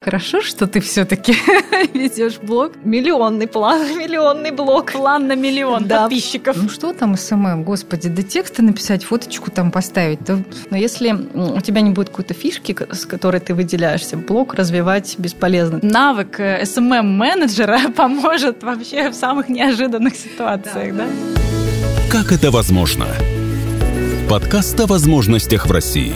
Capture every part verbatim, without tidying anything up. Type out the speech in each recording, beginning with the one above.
Хорошо, что ты все-таки ведешь блог. Миллионный план, миллионный блог. План на миллион да. подписчиков. Ну что там эс эм эм, господи, да тексты написать, фоточку там поставить. Да. Но если у тебя не будет какой-то фишки, с которой ты выделяешься, блог развивать бесполезно. Навык эс эм эм-менеджера поможет вообще в самых неожиданных ситуациях. Да. Да? Как это возможно? Подкаст о возможностях в России.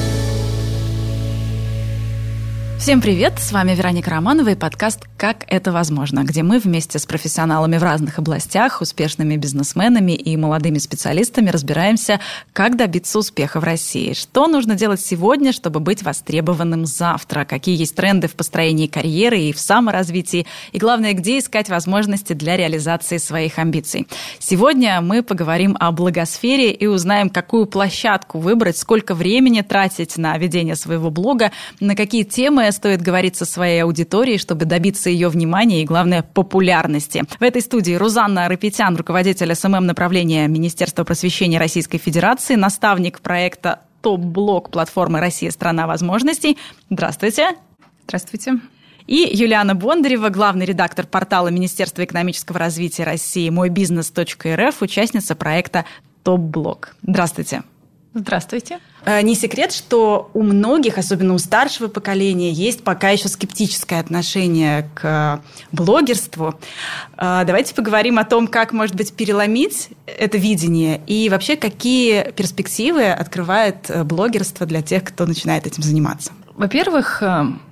Всем привет! С вами Вероника Романова и подкаст «Как это возможно», где мы вместе с профессионалами в разных областях, успешными бизнесменами и молодыми специалистами разбираемся, как добиться успеха в России. Что нужно делать сегодня, чтобы быть востребованным завтра? Какие есть тренды в построении карьеры и в саморазвитии? И главное, где искать возможности для реализации своих амбиций? Сегодня мы поговорим о блогосфере и узнаем, какую площадку выбрать, сколько времени тратить на ведение своего блога, на какие темы стоит говорить со своей аудиторией, чтобы добиться ее внимания и, главное, популярности. В этой студии Рузанна Арапетян, руководитель эс эм эм-направления Министерства просвещения Российской Федерации, наставник проекта «Топ-блог» платформы «Россия – страна возможностей». Здравствуйте. Здравствуйте. И Юлиана Бондарева, главный редактор портала Министерства экономического развития России мой бизнес точка эр эф, участница проекта «Топ-блог». Здравствуйте. Здравствуйте. Не секрет, что у многих, особенно у старшего поколения, есть пока еще скептическое отношение к блогерству. Давайте поговорим о том, как, может быть, переломить это видение и вообще какие перспективы открывает блогерство для тех, кто начинает этим заниматься. Во-первых,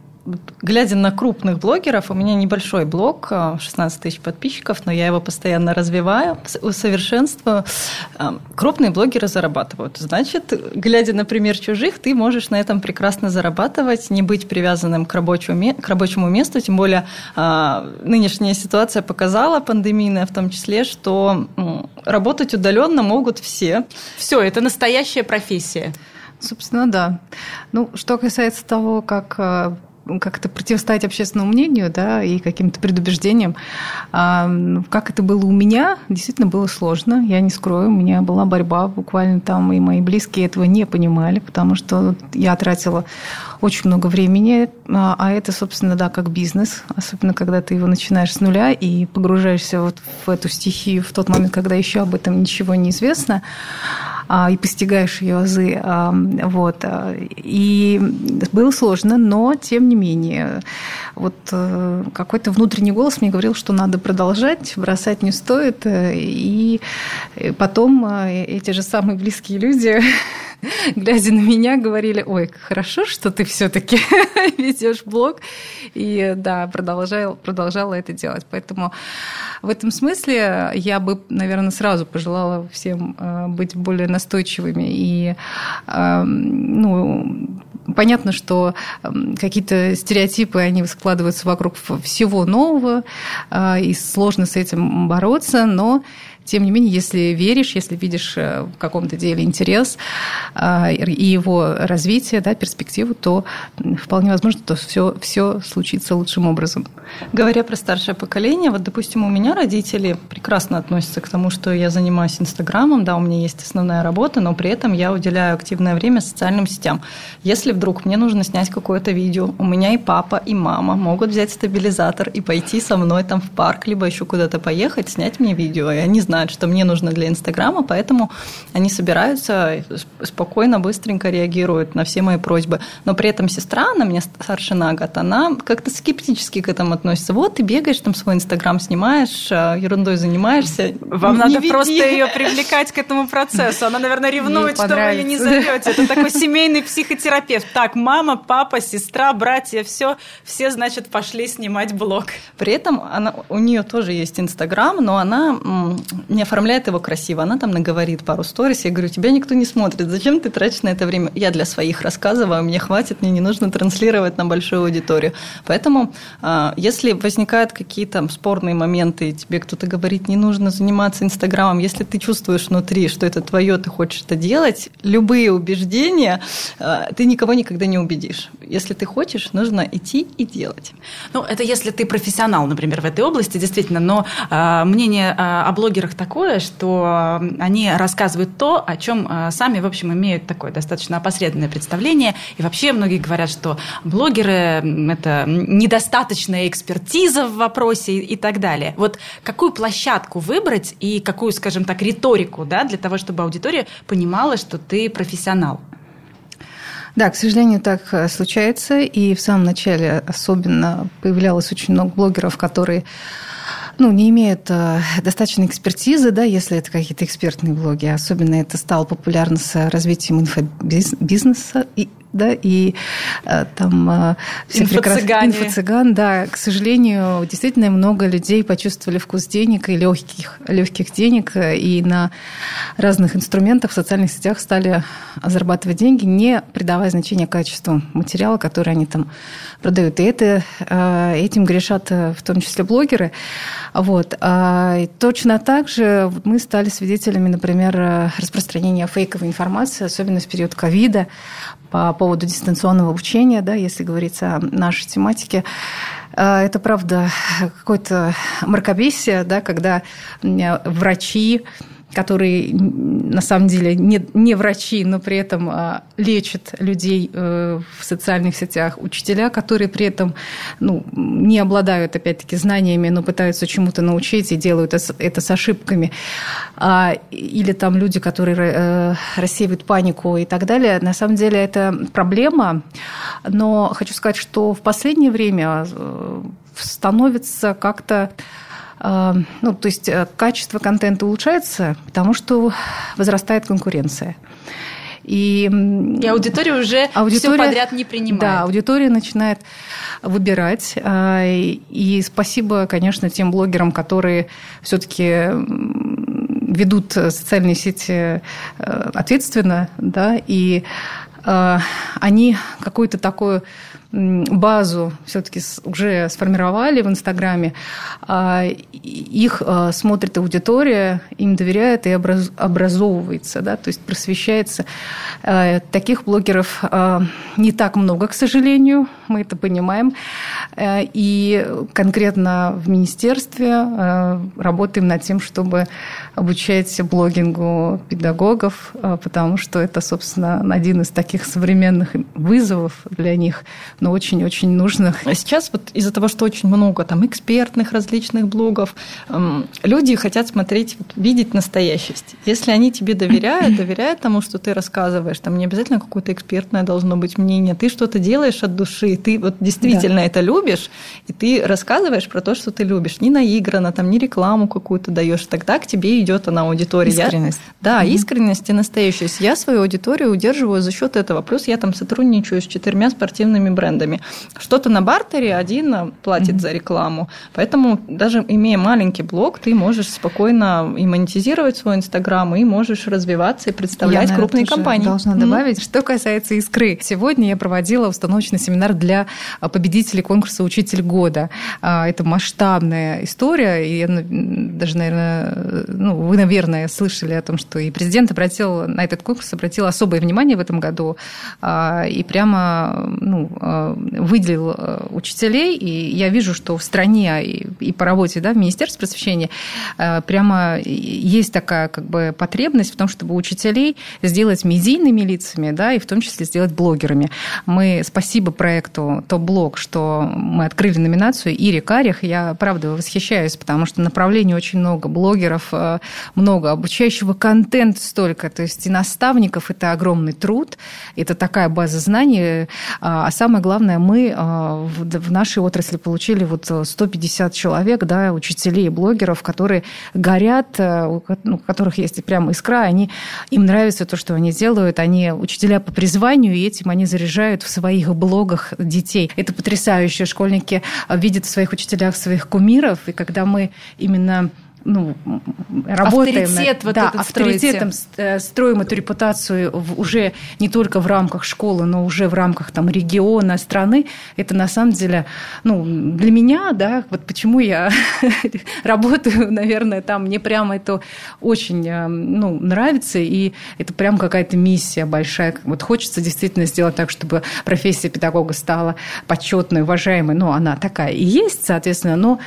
глядя на крупных блогеров, у меня небольшой блог, шестнадцать тысяч подписчиков, но я его постоянно развиваю, усовершенствую. Крупные блогеры зарабатывают. Значит, глядя на пример чужих, ты можешь на этом прекрасно зарабатывать, не быть привязанным к рабочему, к рабочему месту. Тем более нынешняя ситуация показала, пандемийная в том числе, что работать удаленно могут все. Все, это настоящая профессия. Собственно, да. Ну, что касается того, как как-то противостоять общественному мнению, да, и каким-то предубеждениям. Как это было у меня, действительно было сложно, я не скрою, у меня была борьба буквально там, и мои близкие этого не понимали, потому что я тратила очень много времени, а это, собственно, да, как бизнес, особенно когда ты его начинаешь с нуля и погружаешься вот в эту стихию в тот момент, когда еще об этом ничего не известно, и постигаешь ее азы. Вот. И было сложно, но, тем не менее, вот какой-то внутренний голос мне говорил, что надо продолжать, бросать не стоит. И потом эти же самые близкие люди, глядя на меня, говорили: ой, хорошо, что ты все-таки ведешь блог. И да, продолжала, продолжала это делать. Поэтому в этом смысле я бы, наверное, сразу пожелала всем быть более настойчивыми. И, ну, понятно, что какие-то стереотипы, они складываются вокруг всего нового, и сложно с этим бороться, но тем не менее, если веришь, если видишь в каком-то деле интерес и его развитие, да, перспективу, то вполне возможно, что все, все случится лучшим образом. Говоря про старшее поколение, вот, допустим, у меня родители прекрасно относятся к тому, что я занимаюсь Инстаграмом, да, у меня есть основная работа, но при этом я уделяю активное время социальным сетям. Если вдруг мне нужно снять какое-то видео, у меня и папа, и мама могут взять стабилизатор и пойти со мной там в парк, либо еще куда-то поехать, снять мне видео, и они знают, что мне нужно для Инстаграма, поэтому они собираются, спокойно, быстренько реагируют на все мои просьбы. Но при этом сестра, она меня старше на год, она как-то скептически к этому относится. Вот ты бегаешь, там свой Инстаграм снимаешь, ерундой занимаешься. Вам надо веди. Просто ее привлекать к этому процессу. Она, наверное, ревнует, что вы ее не зовете. Это такой семейный психотерапевт. Так, мама, папа, сестра, братья, все, все, значит, пошли снимать блог. При этом она, у нее тоже есть Инстаграм, но она не оформляет его красиво. Она там наговорит пару сторис. Я говорю: тебя никто не смотрит. Зачем ты тратишь на это время? Я для своих рассказываю, мне хватит, мне не нужно транслировать на большую аудиторию. Поэтому, если возникают какие-то спорные моменты, и тебе кто-то говорит: не нужно заниматься Инстаграмом, если ты чувствуешь внутри, что это твое, ты хочешь это делать, любые убеждения, ты никого никогда не убедишь. Если ты хочешь, нужно идти и делать. Ну, это если ты профессионал, например, в этой области, действительно, но э, мнение э, о блогерах такое, что они рассказывают то, о чем э, сами, в общем, имеют такое достаточно опосредованное представление. И вообще многие говорят, что блогеры – это недостаточная экспертиза в вопросе и, и так далее. Вот какую площадку выбрать и какую, скажем так, риторику, да, для того, чтобы аудитория понимала, что ты профессионал? Да, к сожалению, так случается. И в самом начале особенно появлялось очень много блогеров, которые ну, не имеют достаточной экспертизы, да, если это какие-то экспертные блоги. Особенно это стало популярно с развитием инфобизнеса. И да, и там все прекрасно... Инфо-цыган, да. К сожалению, действительно много людей почувствовали вкус денег и легких, легких денег, и на разных инструментах в социальных сетях стали зарабатывать деньги, не придавая значения качеству материала, который они там продают. И это, этим грешат в том числе блогеры. Вот. И точно так же мы стали свидетелями, например, распространения фейковой информации, особенно в период ковида, по поводу дистанционного обучения, да, если говорить о нашей тематике. Это, правда, какое-то мракобесие, да, когда врачи, которые на самом деле не, не врачи, но при этом лечат людей в социальных сетях, учителя, которые при этом ну, не обладают, опять-таки, знаниями, но пытаются чему-то научить и делают это с ошибками, или там люди, которые рассеивают панику и так далее. На самом деле это проблема, но хочу сказать, что в последнее время становится как-то Ну, то есть качество контента улучшается, потому что возрастает конкуренция. И, и аудитория уже аудитория, все подряд не принимает. Да, аудитория начинает выбирать. И спасибо, конечно, тем блогерам, которые все-таки ведут социальные сети ответственно, да, и они какую-то такую базу все-таки уже сформировали в Инстаграме, их смотрит аудитория, им доверяет и образовывается, да, то есть просвещается. Таких блогеров не так много, к сожалению, мы это понимаем. И конкретно в министерстве работаем над тем, чтобы обучать блогингу педагогов, потому что это, собственно, один из таких современных вызовов для них, но очень-очень нужных. А сейчас вот из-за того, что очень много там экспертных различных блогов, люди хотят смотреть, видеть настоящесть. Если они тебе доверяют, доверяют тому, что ты рассказываешь, там не обязательно какое-то экспертное должно быть мнение, ты что-то делаешь от души, ты вот действительно да. это любишь, и ты рассказываешь про то, что ты любишь, не наигранно, там не рекламу какую-то даешь, тогда к тебе идет она аудитория. Искренность. Я, да, mm-hmm. искренность и настоящесть. Я свою аудиторию удерживаю за счет этого. Плюс я там сотрудничаю с четырьмя спортивными брендами. Что-то на бартере, один платит mm-hmm. за рекламу. Поэтому даже имея маленький блог, ты можешь спокойно и монетизировать свой Инстаграм, и можешь развиваться и представлять я, крупные наверное, компании. Должна mm-hmm. добавить, что касается «Искры». Сегодня я проводила установочный семинар для победителей конкурса «Учитель года». Это масштабная история, и даже, наверное, ну, вы, наверное, слышали о том, что и президент обратил на этот конкурс обратил особое внимание в этом году и прямо ну, выделил учителей. И я вижу, что в стране и по работе да, в Министерстве просвещения прямо есть такая как бы потребность в том, чтобы учителей сделать медийными лицами, да, и в том числе сделать блогерами. Мы, спасибо проекту «Топ-блог», что мы открыли номинацию Ире Карих. Я, правда, восхищаюсь, потому что направлений очень много, блогеров много, обучающего контента столько, то есть и наставников – это огромный труд, это такая база знаний, а самое главное, мы в нашей отрасли получили вот сто пятьдесят человек, да, учителей и блогеров, которые горят, у которых есть прямо искра, они, им нравится то, что они делают, они учителя по призванию, и этим они заряжают в своих блогах детей. Это потрясающе, школьники видят в своих учителях своих кумиров, и когда мы именно ну, работаем. Авторитет вот да, этот авторитетом строите. Строим эту репутацию в, уже не только в рамках школы, но уже в рамках там, региона, страны. Это на самом деле, ну, для меня, да, вот почему я работаю, наверное, там, мне прямо это очень, ну, нравится, и это прям какая-то миссия большая. Вот хочется действительно сделать так, чтобы профессия педагога стала почетной, уважаемой. Ну, она такая и есть, соответственно, но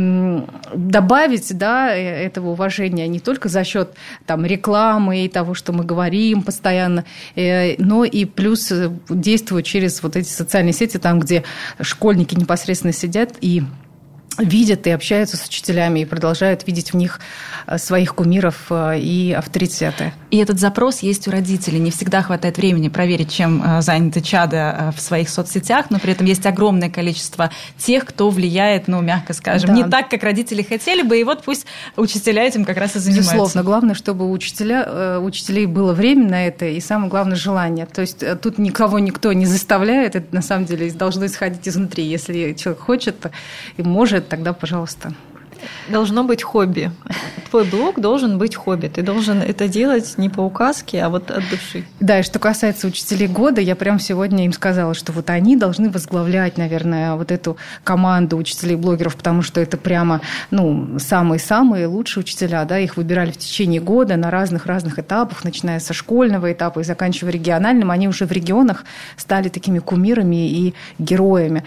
добавить, да, этого уважения не только за счет там, рекламы и того, что мы говорим постоянно, но и плюс действовать через вот эти социальные сети, там, где школьники непосредственно сидят и видят и общаются с учителями, и продолжают видеть в них своих кумиров и авторитеты. И этот запрос есть у родителей. Не всегда хватает времени проверить, чем заняты чада в своих соцсетях, но при этом есть огромное количество тех, кто влияет, ну, мягко скажем, да. не так, как родители хотели бы, и вот пусть учителя этим как раз и занимаются. Безусловно. Главное, чтобы у учителя, учителей было время на это, и самое главное – желание. То есть тут никого никто не заставляет, это на самом деле должно исходить изнутри. Если человек хочет и может, тогда, пожалуйста. Должно быть хобби. Твой блог должен быть хобби. Ты должен это делать не по указке, а вот от души. Да, и что касается учителей года, я прям сегодня им сказала, что вот они должны возглавлять, наверное, вот эту команду учителей-блогеров, потому что это прямо, ну, самые-самые лучшие учителя, да, их выбирали в течение года на разных-разных этапах, начиная со школьного этапа и заканчивая региональным. Они уже в регионах стали такими кумирами и героями.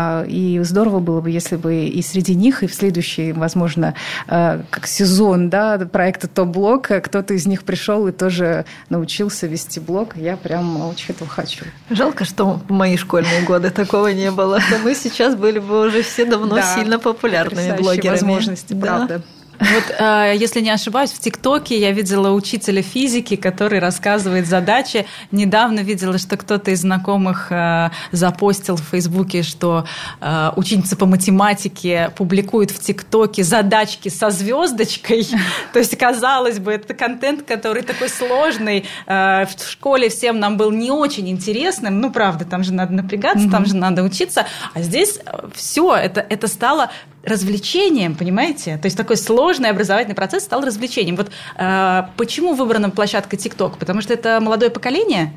И здорово было бы, если бы и среди них, и в следующий, возможно, как сезон, да, проекта «Топ-блог», кто-то из них пришел и тоже научился вести блог. Я прям очень этого хочу. Жалко, что в мои школьные годы такого не было. Но мы сейчас были бы уже все давно да, сильно популярными блогерами. Возможности, да. Правда. Вот, если не ошибаюсь, в ТикТоке я видела учителя физики, который рассказывает задачи. Недавно видела, что кто-то из знакомых запостил в Фейсбуке, что ученица по математике публикует в ТикТоке задачки со звездочкой. То есть, казалось бы, это контент, который такой сложный. В школе всем нам был не очень интересным. Ну, правда, там же надо напрягаться, там же надо учиться. А здесь все это, это стало развлечением, понимаете? То есть такой сложный образовательный процесс стал развлечением. Вот э, почему выбрана площадка ТикТок? Потому что это молодое поколение?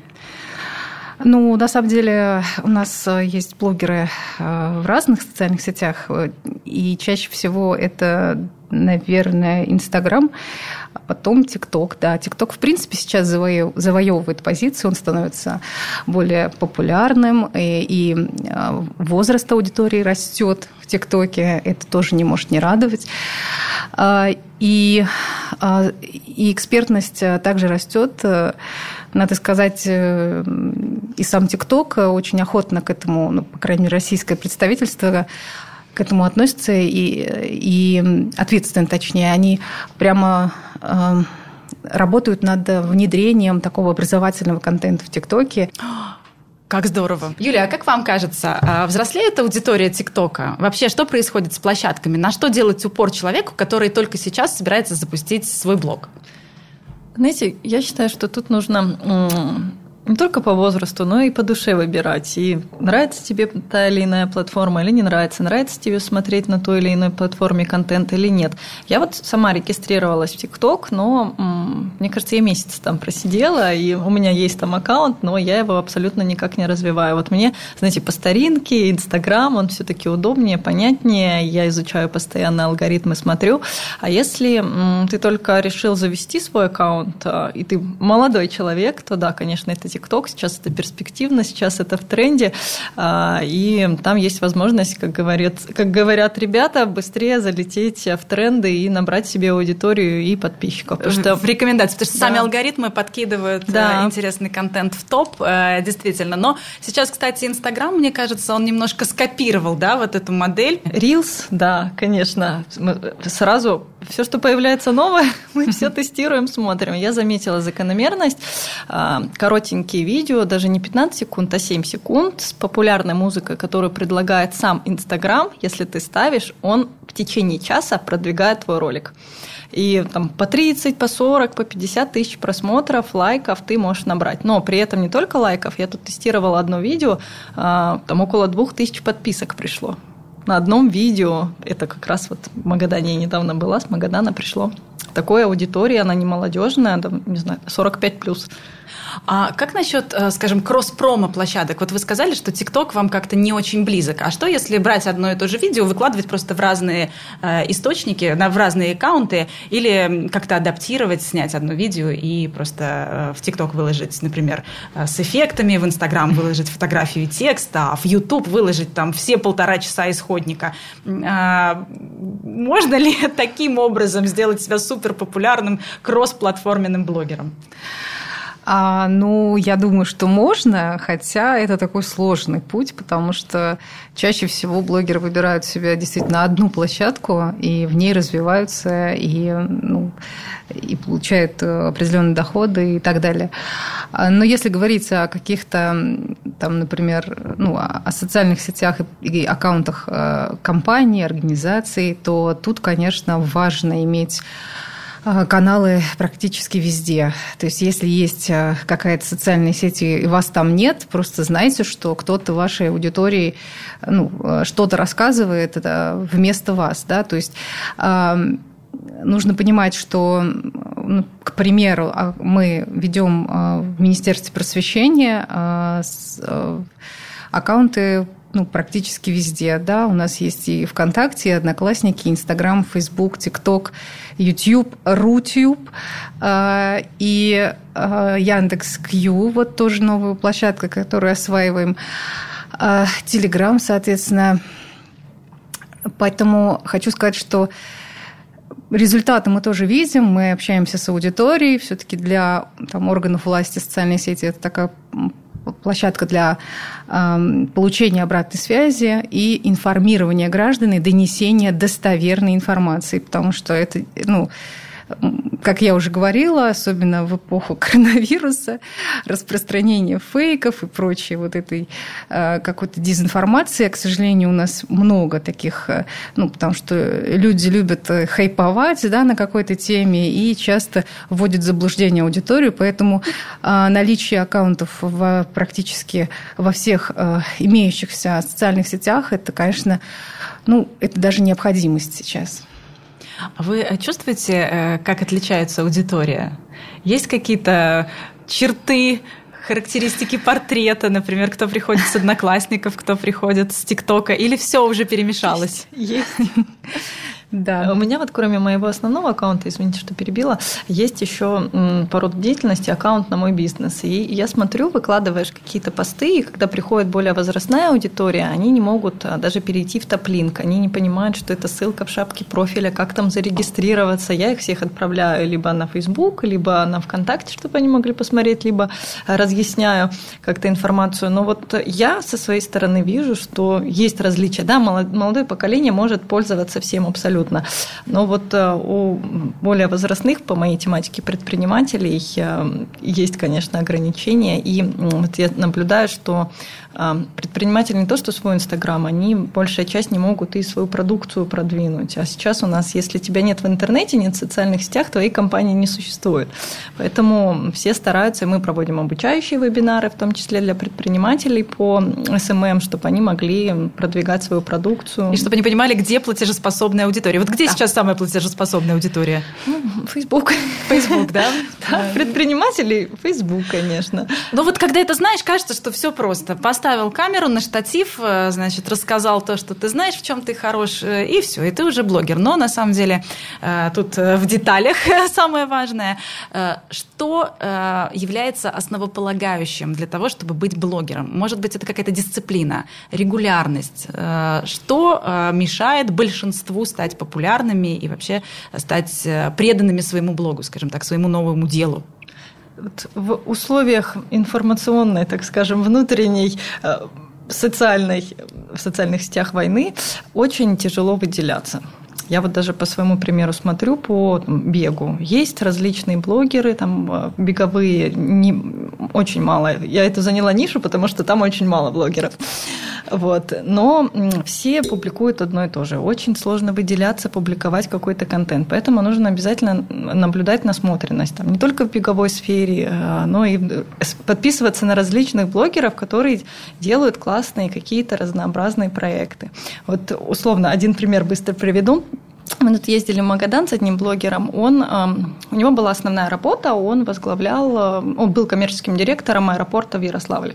Ну, на самом деле у нас есть блогеры в разных социальных сетях, и чаще всего это, наверное, Инстаграм, а потом ТикТок. Да, ТикТок, в принципе, сейчас завоевывает позицию, он становится более популярным, и, и возраст аудитории растет в ТикТоке, это тоже не может не радовать. И, и экспертность также растет. Надо сказать, и сам ТикТок очень охотно к этому, ну, по крайней мере, российское представительство к этому относится, и, и ответственно, точнее, они прямо э, работают над внедрением такого образовательного контента в ТикТоке. Как здорово. Юлия, а как вам кажется, взрослеет аудитория ТикТока? Вообще, что происходит с площадками? На что делать упор человеку, который только сейчас собирается запустить свой блог? Знаете, я считаю, что тут нужно не только по возрасту, но и по душе выбирать. И нравится тебе та или иная платформа или не нравится, нравится тебе смотреть на той или иной платформе контент или нет. Я вот сама регистрировалась в ТикТок, но, мне кажется, я месяц там просидела, и у меня есть там аккаунт, но я его абсолютно никак не развиваю. Вот мне, знаете, по старинке Инстаграм, он все-таки удобнее, понятнее, я изучаю постоянно алгоритмы, смотрю. А если ты только решил завести свой аккаунт, и ты молодой человек, то да, конечно, это ТикТок, сейчас это перспективно, сейчас это в тренде, и там есть возможность, как говорят, как говорят ребята, быстрее залететь в тренды и набрать себе аудиторию и подписчиков. Потому что в рекомендации, потому что да. сами алгоритмы подкидывают да. интересный контент в топ, действительно. Но сейчас, кстати, Инстаграм, мне кажется, он немножко скопировал, да, вот эту модель. Рилс, да, конечно. Мы сразу все, что появляется новое, мы все тестируем, смотрим. Я заметила закономерность. Коротенькие видео, даже не пятнадцать секунд, а семь секунд с популярной музыкой, которую предлагает сам Инстаграм, если ты ставишь, он в течение часа продвигает твой ролик. И там по тридцать, по сорок, по пятьдесят тысяч просмотров, лайков ты можешь набрать. Но при этом не только лайков. Я тут тестировала одно видео, там около двух тысяч подписок пришло. на одном видео, это как раз вот в Магадане я недавно была, с Магадана пришло такой аудитории, она не молодежная, там, не знаю, сорок пять плюс. А как насчет, скажем, кросс-промо площадок? Вот вы сказали, что ТикТок вам как-то не очень близок. А что, если брать одно и то же видео, выкладывать просто в разные источники, в разные аккаунты, или как-то адаптировать, снять одно видео и просто в ТикТок выложить, например, с эффектами, в Инстаграм выложить фотографию и текст, а в Ютуб выложить там все полтора часа исходника? Можно ли таким образом сделать себя суперпопулярным кросс-платформенным блогером? А, ну, я думаю, что можно, хотя это такой сложный путь, потому что чаще всего блогеры выбирают себе действительно одну площадку, и в ней развиваются, и, ну, и получают определенные доходы и так далее. Но если говорить о каких-то, там, например, ну, о социальных сетях и аккаунтах компаний, организаций, то тут, конечно, важно иметь каналы практически везде. То есть, если есть какая-то социальная сеть, и вас там нет, просто знайте, что кто-то в вашей аудитории, ну, что-то рассказывает вместо вас. Да? То есть, нужно понимать, что, ну, к примеру, мы ведем в Министерстве просвещения аккаунты, ну, практически везде, да, у нас есть и ВКонтакте, и Одноклассники, Инстаграм, Фейсбук, ТикТок, Ютьюб, Рутюб, и Яндекс.Кью, вот тоже новая площадка, которую осваиваем, Телеграм, соответственно. Поэтому хочу сказать, что результаты мы тоже видим, мы общаемся с аудиторией, все-таки для там, органов власти социальные сети это такая площадка для э, получения обратной связи и информирования граждан и донесения достоверной информации, потому что это, ну, как я уже говорила, особенно в эпоху коронавируса, распространение фейков и прочей вот этой э, какой-то дезинформации, к сожалению, у нас много таких, ну, потому что люди любят хайповать, да, на какой-то теме и часто вводят в заблуждение аудиторию, поэтому э, наличие аккаунтов в, практически во всех э, имеющихся социальных сетях, это, конечно, ну, это даже необходимость сейчас. Вы чувствуете, как отличается аудитория? Есть какие-то черты, характеристики портрета, например, кто приходит с Одноклассников, кто приходит с ТикТока, или все уже перемешалось? Есть. Да. У меня вот кроме моего основного аккаунта, извините, что перебила, есть еще по роду деятельности аккаунт на мой бизнес. И я смотрю, выкладываешь какие-то посты, и когда приходит более возрастная аудитория, они не могут даже перейти в топ-линк. Они не понимают, что это ссылка в шапке профиля, как там зарегистрироваться. Я их всех отправляю либо на Facebook, либо на ВКонтакте, чтобы они могли посмотреть, либо разъясняю как-то информацию. Но вот я со своей стороны вижу, что есть различия. Да, молодое поколение может пользоваться всем абсолютно. Но вот у более возрастных, по моей тематике, предпринимателей есть, конечно, ограничения. И вот я наблюдаю, что предприниматели не то, что свой Инстаграм, они, большая часть, не могут и свою продукцию продвинуть. А сейчас у нас, если тебя нет в интернете, нет в социальных сетях, твоей компании не существует. Поэтому все стараются, и мы проводим обучающие вебинары, в том числе для предпринимателей по эс эм эм, чтобы они могли продвигать свою продукцию. И чтобы они понимали, где платежеспособная аудитория. Вот где да. сейчас самая платежеспособная аудитория? Фейсбук. Фейсбук, да? Да, предприниматели Фейсбук, конечно. Но вот когда это знаешь, кажется, что все просто. Поставил камеру на штатив, значит, рассказал то, что ты знаешь, в чем ты хорош, и все, и ты уже блогер. Но на самом деле тут в деталях самое важное, что является основополагающим для того, чтобы быть блогером. Может быть, это какая-то дисциплина, регулярность. Что мешает большинству стать популярными и вообще стать преданными своему блогу, скажем так, своему новому делу? В условиях информационной, так скажем, внутренней, социальной, в социальных сетях войны очень тяжело выделяться. Я вот даже по своему примеру смотрю по там, бегу. Есть различные блогеры, там беговые, не, очень мало. Я это заняла нишу, потому что там очень мало блогеров. Вот. Но все публикуют одно и то же. Очень сложно выделяться, публиковать какой-то контент. Поэтому нужно обязательно наблюдать насмотренность. Там, не только в беговой сфере, но и подписываться на различных блогеров, которые делают классные какие-то разнообразные проекты. Вот условно один пример быстро приведу. Мы тут ездили в Магадан с одним блогером. Он, у него была основная работа, он возглавлял, он был коммерческим директором аэропорта в Ярославле.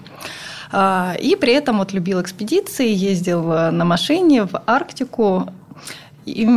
И при этом вот любил экспедиции, ездил на машине в Арктику. И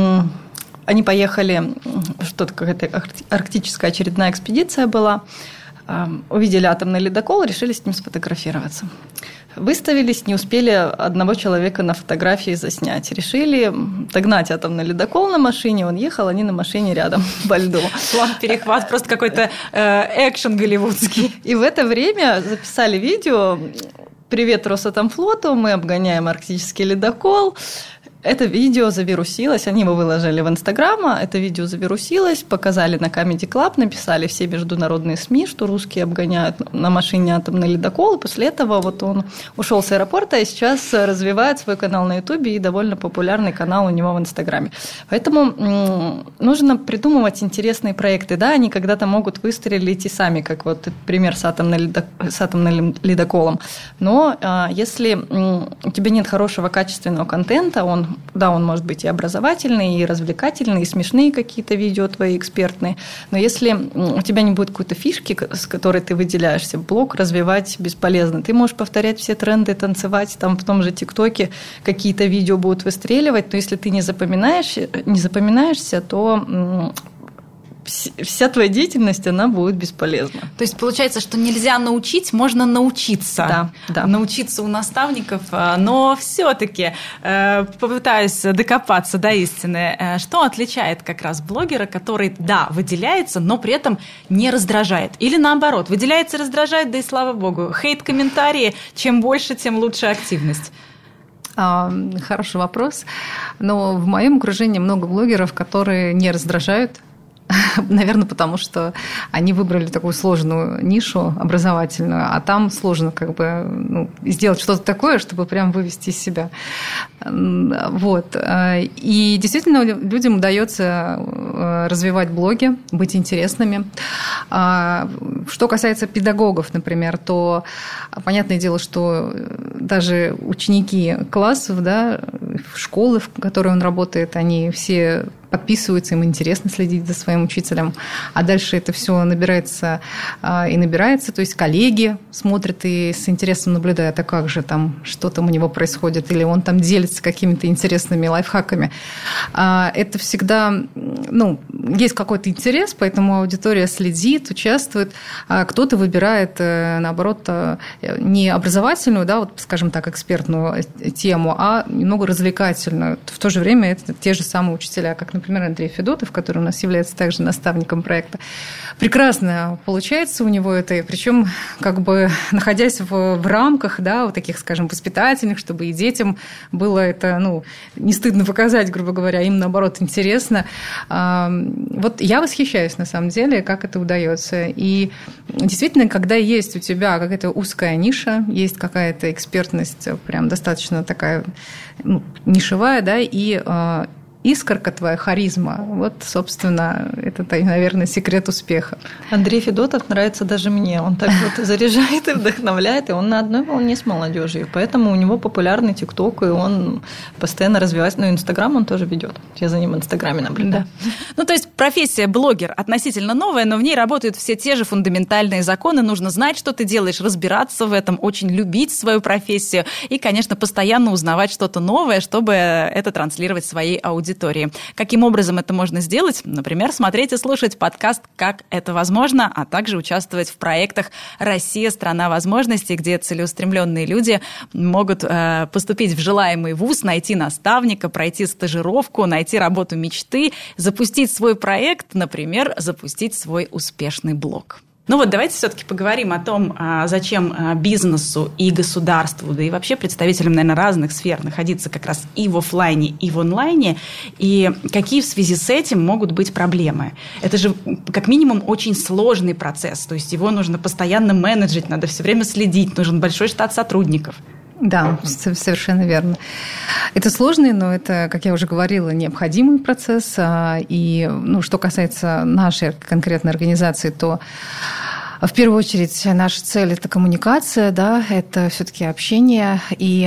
они поехали, что-то какая-то арктическая очередная экспедиция была. Увидели атомный ледокол, решили с ним сфотографироваться. Выставились, не успели одного человека на фотографии заснять. Решили догнать атомный ледокол на машине, он ехал, они на машине рядом по льду. План-перехват, просто какой-то э, экшен голливудский. И в это время записали видео «Привет Росатомфлоту, мы обгоняем арктический ледокол». Это видео завирусилось, они его выложили в Инстаграм, это видео завирусилось, показали на Comedy Club, написали все международные СМИ, что русские обгоняют на машине атомный ледокол, и после этого вот он ушел с аэропорта и сейчас развивает свой канал на Ютубе и довольно популярный канал у него в Инстаграме. Поэтому нужно придумывать интересные проекты, да, они когда-то могут выстрелить и сами, как вот пример с, атомной, с атомным ледоколом, но если у тебя нет хорошего качественного контента, он да, он может быть и образовательный, и развлекательный, и смешные какие-то видео твои экспертные. Но если у тебя не будет какой-то фишки, с которой ты выделяешься, блог развивать бесполезно. Ты можешь повторять все тренды, танцевать, там в том же ТикТоке какие-то видео будут выстреливать, но если ты не запоминаешь, не запоминаешься, то вся твоя деятельность, она будет бесполезна. То есть получается, что нельзя научить, можно научиться. Да, да. Научиться у наставников, но все-таки попытаюсь докопаться до истины. Что отличает как раз блогера, который, да, выделяется, но при этом не раздражает? Или наоборот, выделяется и раздражает, да и слава богу. Хейт-комментарии, чем больше, тем лучше активность. Хороший вопрос. Но в моем окружении много блогеров, которые не раздражают. Наверное, потому что они выбрали такую сложную нишу образовательную, а там сложно как бы ну, сделать что-то такое, чтобы прям вывести из себя. Вот. И действительно людям удается развивать блоги, быть интересными. Что касается педагогов, например, то понятное дело, что даже ученики классов, да, школы, в которой он работает, они все подписываются, им интересно следить за своим учителем, а дальше это все набирается и набирается, то есть коллеги смотрят и с интересом наблюдают, а как же там, что там у него происходит, или он там делится какими-то интересными лайфхаками. Это всегда, ну, есть какой-то интерес, поэтому аудитория следит, участвует, а кто-то выбирает, наоборот, не образовательную, да, вот, скажем так, экспертную тему, а немного развлекательную. В то же время это те же самые учителя, как, например, Андрей Федотов, который у нас является также наставником проекта. Прекрасно получается у него это, причем как бы находясь в, в рамках, да, вот таких, скажем, воспитательных, чтобы и детям было это, ну, не стыдно показать, грубо говоря, им, наоборот, интересно. Вот я восхищаюсь, на самом деле, как это удается. И действительно, когда есть у тебя какая-то узкая ниша, есть какая-то экспертность прям достаточно такая, ну, нишевая, да, и искорка твоя, харизма, вот, собственно, это, наверное, секрет успеха. Андрей Федотов нравится даже мне. Он так вот заряжает и вдохновляет, и он на одной волне с молодежью. Поэтому у него популярный ТикТок, и он постоянно развивается. Ну, Инстаграм он тоже ведет. Я за ним в Инстаграме наблюдаю. Да. Ну, то есть профессия блогер относительно новая, но в ней работают все те же фундаментальные законы. Нужно знать, что ты делаешь, разбираться в этом, очень любить свою профессию и, конечно, постоянно узнавать что-то новое, чтобы это транслировать своей аудитории. Каким образом это можно сделать? Например, смотреть и слушать подкаст «Как это возможно», а также участвовать в проектах «Россия – страна возможностей», где целеустремленные люди могут э, поступить в желаемый вуз, найти наставника, пройти стажировку, найти работу мечты, запустить свой проект, например, запустить свой успешный блог. Ну вот давайте все-таки поговорим о том, зачем бизнесу и государству, да и вообще представителям, наверное, разных сфер находиться как раз и в офлайне, и в онлайне, и какие в связи с этим могут быть проблемы. Это же как минимум очень сложный процесс, то есть его нужно постоянно менеджить, надо все время следить, нужен большой штат сотрудников. Да, совершенно верно. Это сложный, но это, как я уже говорила, необходимый процесс. И ну, что касается нашей конкретной организации, то в первую очередь наша цель – это коммуникация, да, это все-таки общение. И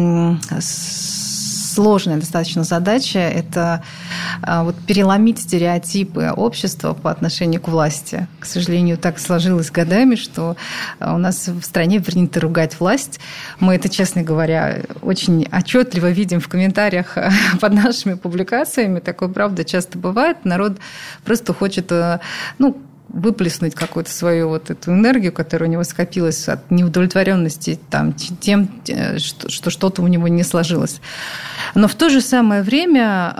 сложная достаточно задача – это вот переломить стереотипы общества по отношению к власти. К сожалению, так сложилось годами, что у нас в стране принято ругать власть. Мы это, честно говоря, очень отчетливо видим в комментариях под нашими публикациями. Такое, правда, часто бывает. Народ просто хочет, ну, выплеснуть какую-то свою вот эту энергию, которая у него скопилась от неудовлетворенности там, тем, что что-то у него не сложилось. Но в то же самое время,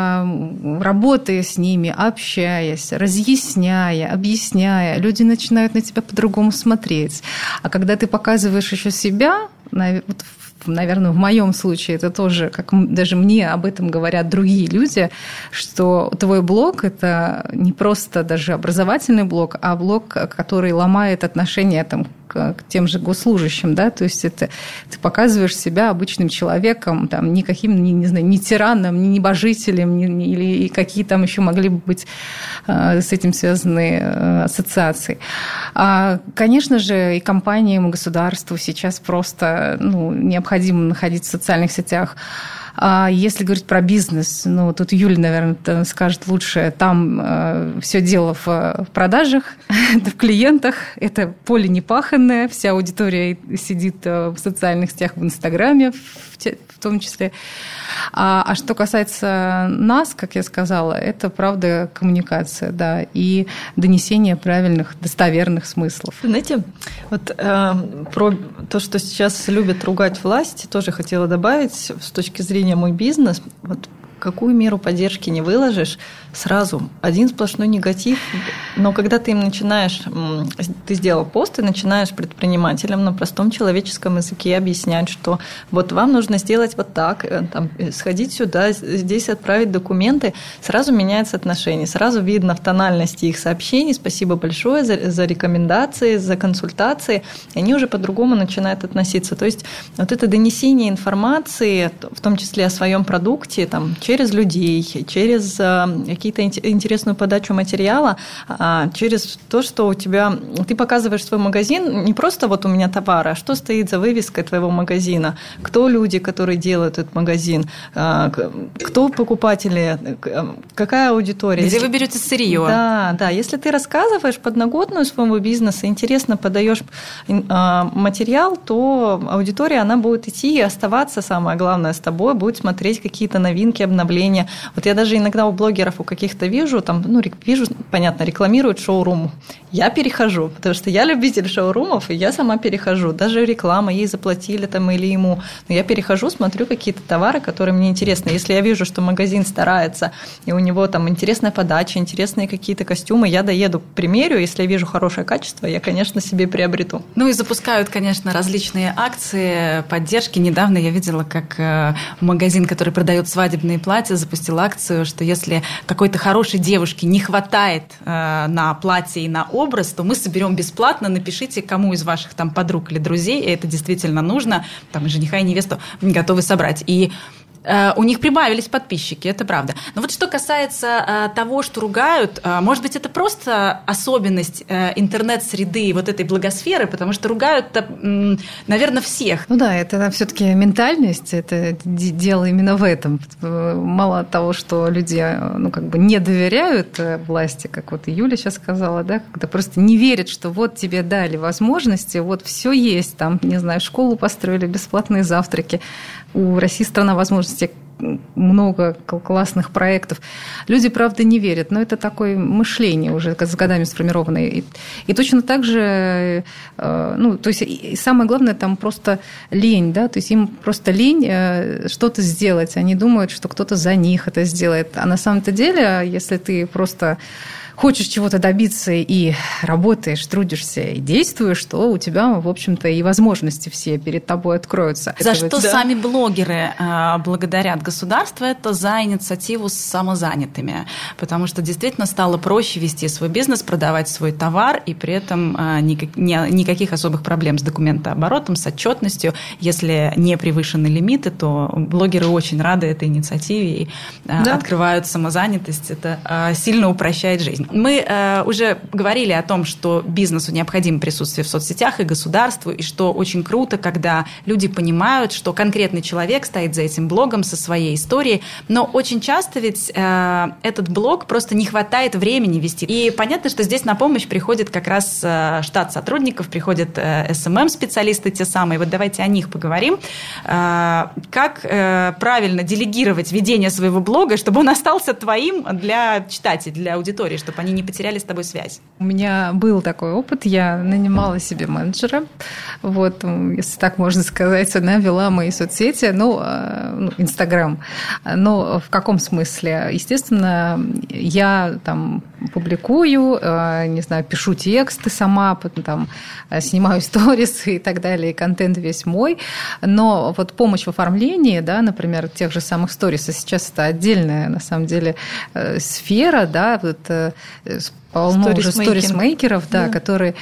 работая с ними, общаясь, разъясняя, объясняя, люди начинают на тебя по-другому смотреть. А когда ты показываешь еще себя, вот наверное, в моем случае это тоже, как даже мне об этом говорят другие люди, что твой блог – это не просто даже образовательный блог, а блог, который ломает отношения там, к тем же госслужащим, да, то есть это ты показываешь себя обычным человеком, там, никаким, не, не знаю, ни тираном, ни небожителем, ни, ни, или какие там еще могли бы быть э, с этим связаны э, ассоциации. А, конечно же, и компаниям, и государству сейчас просто ну, необходимо находиться в социальных сетях. А если говорить про бизнес, ну, тут Юля, наверное, скажет лучше, там э, все дело в, в продажах, в клиентах, это поле непаханное, вся аудитория сидит в социальных сетях, в Инстаграме в, те, в том числе. А, а что касается нас, как я сказала, это, правда, коммуникация, да, и донесение правильных, достоверных смыслов. Знаете, вот э, про то, что сейчас любят ругать власть, тоже хотела добавить с точки зрения мой бизнес. Вот какую меру поддержки не выложишь, сразу один сплошной негатив. Но когда ты им начинаешь, ты сделал пост и начинаешь предпринимателям на простом человеческом языке объяснять, что вот вам нужно сделать вот так, там, сходить сюда, здесь отправить документы, сразу меняется отношение, сразу видно в тональности их сообщений. Спасибо большое за, за рекомендации, за консультации. И они уже по-другому начинают относиться. То есть вот это донесение информации, в том числе о своем продукте, там, через людей, через какие-то интересную подачу материала, через то, что у тебя... Ты показываешь свой магазин, не просто вот у меня товар, а что стоит за вывеской твоего магазина, кто люди, которые делают этот магазин, кто покупатели, какая аудитория. Где вы берете сырье. Да, да. Если ты рассказываешь подноготную своего бизнеса, интересно подаешь материал, то аудитория, она будет идти и оставаться, самое главное, с тобой, будет смотреть какие-то новинки, обновления. Вот я даже иногда у блогеров у каких-то вижу, там, ну, вижу, понятно, рекламируют шоурум. Я перехожу, потому что я любитель шоурумов, и я сама перехожу. Даже реклама, ей заплатили там или ему. Но я перехожу, смотрю какие-то товары, которые мне интересны. Если я вижу, что магазин старается, и у него там интересная подача, интересные какие-то костюмы, я доеду, примерю. Если я вижу хорошее качество, я, конечно, себе приобрету. Ну и запускают, конечно, различные акции, поддержки. Недавно я видела, как магазин, который продает свадебные платья, запустил акцию, что если какой-то хорошей девушке не хватает э, на платье и на образ, то мы соберем бесплатно, напишите, кому из ваших там подруг или друзей, и это действительно нужно, там и жениха, и невесту готовы собрать. И у них прибавились подписчики, это правда. Но вот что касается того, что ругают, может быть, это просто особенность интернет-среды, вот этой благосферы, потому что ругают-то, наверное, всех. Ну да, это все-таки ментальность, это дело именно в этом. Мало того, что люди ну, как бы не доверяют власти, как вот и Юля сейчас сказала, да, когда просто не верят, что вот тебе дали возможности, вот все есть, там, не знаю, школу построили, бесплатные завтраки, у России страна возможностей, много классных проектов. Люди, правда, не верят, но это такое мышление уже с годами сформированное. И, и точно так же, ну, то есть и самое главное, там просто лень, да, то есть им просто лень что-то сделать. Они думают, что кто-то за них это сделает. А на самом-то деле, если ты просто хочешь чего-то добиться и работаешь, трудишься и действуешь, то у тебя, в общем-то, и возможности все перед тобой откроются. За это что вот, да. сами блогеры э, благодарят государство, это за инициативу с самозанятыми, потому что действительно стало проще вести свой бизнес, продавать свой товар, и при этом э, никак, не, никаких особых проблем с документооборотом, с отчетностью. Если не превышены лимиты, то блогеры очень рады этой инициативе и э, да. открывают самозанятость. Это э, сильно упрощает жизнь. Мы э, уже говорили о том, что бизнесу необходимо присутствие в соцсетях и государству, и что очень круто, когда люди понимают, что конкретный человек стоит за этим блогом со своей историей, но очень часто ведь э, этот блог просто не хватает времени вести. И понятно, что здесь на помощь приходит как раз э, штат сотрудников, приходят э, эс эм эм-специалисты те самые. Вот давайте о них поговорим. Э, как э, правильно делегировать ведение своего блога, чтобы он остался твоим для читателей, для аудитории, чтобы они не потеряли с тобой связь? У меня был такой опыт. Я нанимала себе менеджера. Вот, если так можно сказать, она вела мои соцсети, ну, ну, Инстаграм. Но в каком смысле? Естественно, я там публикую, не знаю, пишу тексты сама, потом там снимаю сторисы и так далее, и контент весь мой. Но вот помощь в оформлении, да, например, тех же самых сторисов, сейчас это отдельная, на самом деле, сфера, да, вот, полно уже сторисмейкеров, да, да. Которые,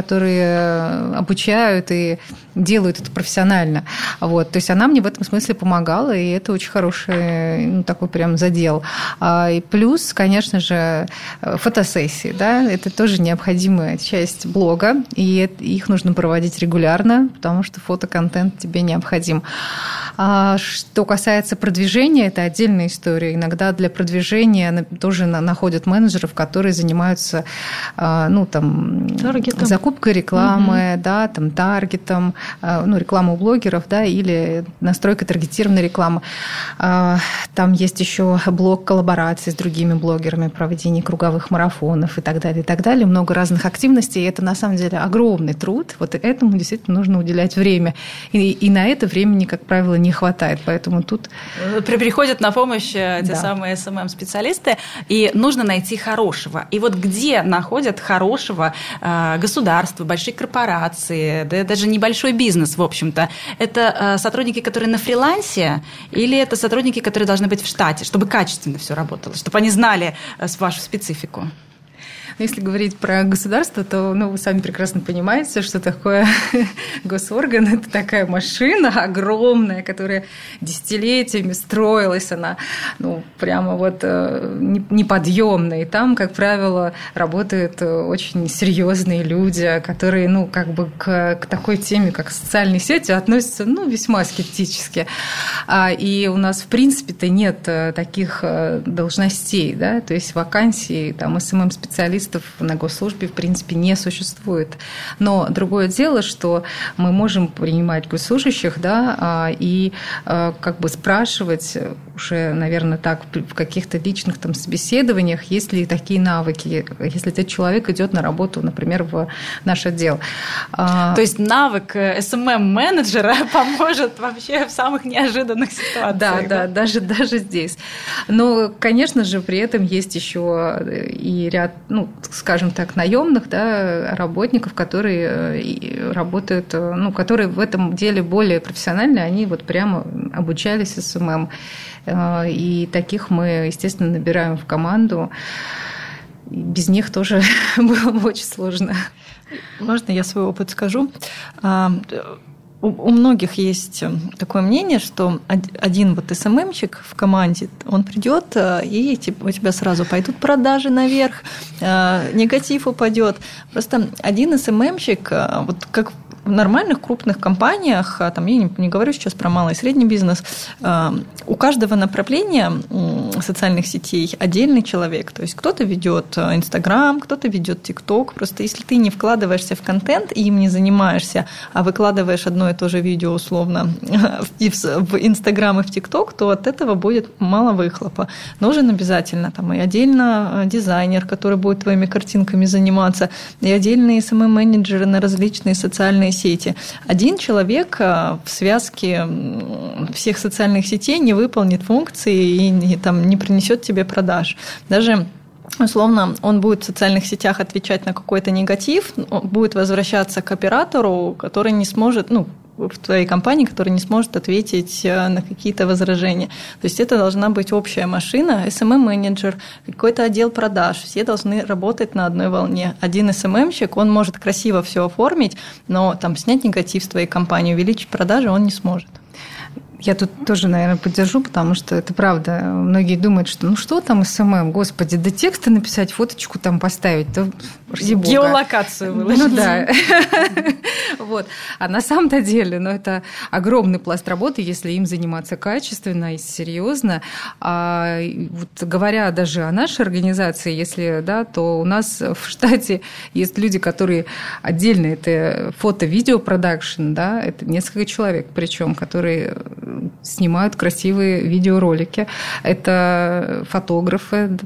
которые обучают и делают это профессионально. Вот. То есть она мне в этом смысле помогала, и это очень хороший, ну, такой прям задел. И плюс, конечно же, фотосессии. Да, это тоже необходимая часть блога, и их нужно проводить регулярно, потому что фотоконтент тебе необходим. А что касается продвижения, это отдельная история. Иногда для продвижения тоже находят менеджеров, которые занимаются ну, там, таргетом. Закупкой рекламы, угу. да, там, таргетом, ну, реклама у блогеров, да, или настройка таргетированной рекламы. Там есть еще блок коллабораций с другими блогерами, проведение круговых марафонов и так далее, и так далее. Много разных активностей, и это на самом деле огромный труд. Вот этому действительно нужно уделять время. И, и на это времени, как правило, не хватает. Поэтому тут... Приходят на помощь те да. самые эс эм эм-специалисты, и нужно найти хорошего. И вот где Где находят хорошего э, государства, большие корпорации, да, даже небольшой бизнес, в общем-то? Это э, сотрудники, которые на фрилансе, или это сотрудники, которые должны быть в штате, чтобы качественно все работало, чтобы они знали э, вашу специфику? Если говорить про государство, то, ну, вы сами прекрасно понимаете, что такое госорган. Это такая машина огромная, которая десятилетиями строилась. Она, ну, прямо вот неподъемная. И там, как правило, работают очень серьезные люди, которые, ну, как бы к, к такой теме, как социальные сети, относятся, ну, весьма скептически. И у нас, в принципе-то, нет таких должностей, да, то есть вакансий, там, эс эм эм-специалистов на госслужбе, в принципе, не существует. Но другое дело, что мы можем принимать госслужащих, да, и как бы спрашивать уже, наверное, так, в каких-то личных там собеседованиях, есть ли такие навыки, если этот человек идет на работу, например, в наш отдел. То есть навык эс эм эм-менеджера поможет вообще в самых неожиданных ситуациях. Да, да, да, даже, даже здесь. Но, конечно же, при этом есть еще и ряд, ну, скажем так, наемных, да, работников, которые работают, ну, которые в этом деле более профессиональны, они вот прямо обучались эс эм эм. И таких мы, естественно, набираем в команду. Без них тоже было бы очень сложно. Можно я свой опыт скажу? У многих есть такое мнение, что один вот эс эм эм-щик в команде, он придет, и у тебя сразу пойдут продажи наверх, негатив упадет. Просто один эс эм эм-щик, вот как в нормальных крупных компаниях, там, я не, не говорю сейчас про малый и средний бизнес, у каждого направления социальных сетей отдельный человек. То есть кто-то ведет Инстаграм, кто-то ведет ТикТок. Просто если ты не вкладываешься в контент и им не занимаешься, а выкладываешь одно и то же видео условно в Инстаграм и в ТикТок, то от этого будет мало выхлопа. Нужен обязательно там и отдельно дизайнер, который будет твоими картинками заниматься, и отдельные эс эм эм-менеджеры на различные социальные сети. Один человек в связке всех социальных сетей не выполнит функции и не, там, не принесет тебе продаж. Даже условно, он будет в социальных сетях отвечать на какой-то негатив, будет возвращаться к оператору, который не сможет, ну, в твоей компании, который не сможет ответить на какие-то возражения. То есть это должна быть общая машина, эс эм эм-менеджер, какой-то отдел продаж. Все должны работать на одной волне. Один эс эм эм-щик, он может красиво все оформить, но там снять негатив с твоей компании, увеличить продажи он не сможет. Я тут тоже, наверное, поддержу, потому что это правда. Многие думают, что ну что там эс эм эм, господи, да тексты написать, фоточку там поставить, да ради бога. Геолокацию выложить. Ну да. Вот. А на самом-то деле, ну, это огромный пласт работы, если им заниматься качественно и серьезно. А вот говоря даже о нашей организации, если, да, то у нас в штате есть люди, которые отдельно, это фото-видео-продакшн, да, это несколько человек, причем, которые снимают красивые видеоролики. Это фотографы,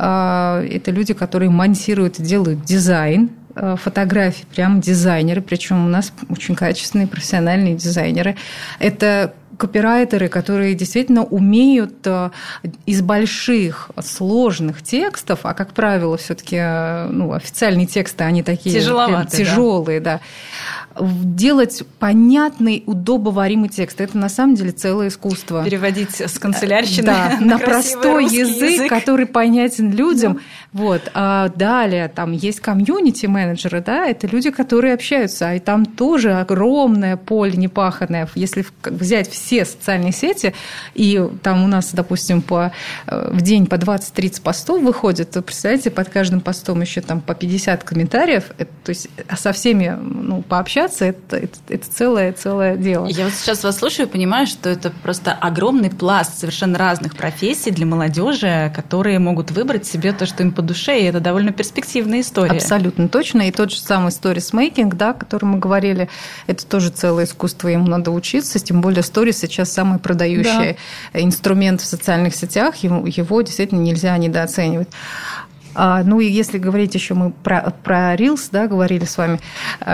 это люди, которые монтируют и делают дизайн фотографий, прям дизайнеры, причем у нас очень качественные профессиональные дизайнеры. Это копирайтеры, которые действительно умеют из больших сложных текстов, а как правило, все-таки ну, официальные тексты, они такие тяжелые, да. Да, делать понятный, удобоваримый текст. Это на самом деле целое искусство. Переводить с канцелярщины да, на, на простой язык, язык, который понятен людям. Да. Вот. А далее там есть комьюнити-менеджеры, да, это люди, которые общаются, и там тоже огромное поле непаханное. Если взять все социальные сети, и там у нас, допустим, по, в день по двадцать-тридцать постов выходит, то, представляете, под каждым постом еще там по пятьдесят комментариев, это, то есть со всеми ну, пообщаться, это, это, это целое, целое дело. Я вот сейчас вас слушаю и понимаю, что это просто огромный пласт совершенно разных профессий для молодежи, которые могут выбрать себе то, что им по душе, и это довольно перспективная история. Абсолютно точно. И тот же самый сторис-мейкинг, да, о котором мы говорили, это тоже целое искусство, ему надо учиться, тем более сторис сейчас самый продающий да. инструмент в социальных сетях, его, его действительно нельзя недооценивать. Ну и если говорить еще мы про, про Reels, да, говорили с вами,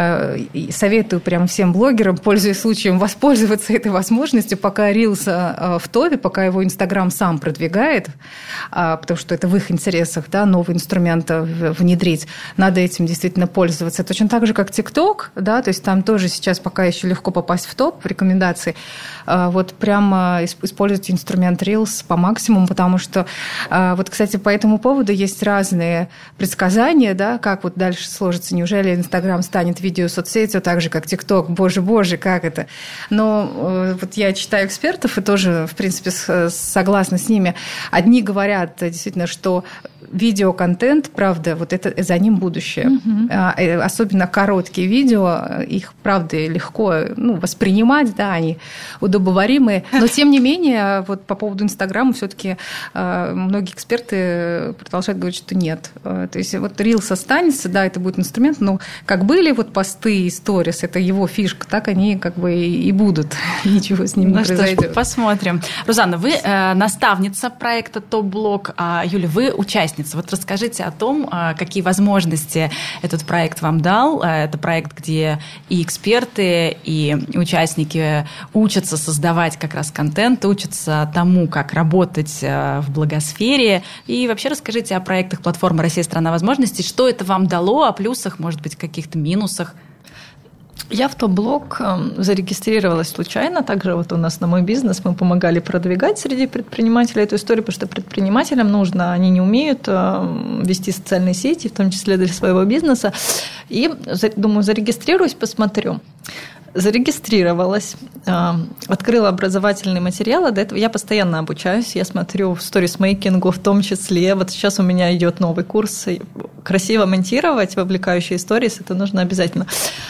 советую прям всем блогерам, пользуясь случаем, воспользоваться этой возможностью, пока Reels в топе, пока его Инстаграм сам продвигает, потому что это в их интересах, да, новый инструмент внедрить, надо этим действительно пользоваться. Точно так же, как ТикТок, да, то есть там тоже сейчас пока еще легко попасть в топ, в рекомендации, вот прямо использовать инструмент Reels по максимуму, потому что, вот, кстати, по этому поводу есть разные разные предсказания, да, как вот дальше сложится. Неужели Инстаграм станет видеосоцсетью так же, как ТикТок? Боже, боже, как это? Но э, вот я читаю экспертов и тоже, в принципе, с, согласна с ними. Одни говорят действительно, что видеоконтент, правда, вот это за ним будущее. Mm-hmm. А, особенно короткие видео, их, правда, легко ну, воспринимать, да, они удобоваримые. Но, тем не менее, вот по поводу Инстаграма все-таки э, многие эксперты продолжают говорить, что нет. То есть вот Reels останется, да, это будет инструмент, но как были вот посты и сторис, это его фишка, так они как бы и будут. Ничего с ним ну, не произойдет. Что ж, посмотрим. Рузанна, вы э, наставница проекта Топ-блог, а Юля, вы участница. Вот расскажите о том, э, какие возможности этот проект вам дал. Это проект, где и эксперты, и участники учатся создавать как раз контент, учатся тому, как работать в благосфере. И вообще расскажите о проектах платформы «Россия – страна возможностей». Что это вам дало, о плюсах, может быть, каких-то минусах? Я в Топ-блог зарегистрировалась случайно. Также вот у нас на мой бизнес мы помогали продвигать среди предпринимателей эту историю, потому что предпринимателям нужно, они не умеют вести социальные сети, в том числе для своего бизнеса. И думаю, зарегистрируюсь, посмотрю. Зарегистрировалась, открыла образовательные материалы. До этого я постоянно обучаюсь, я смотрю в сторисмейкингу в том числе. Вот сейчас у меня идет новый курс. Красиво монтировать вовлекающие сторис, это нужно обязательно.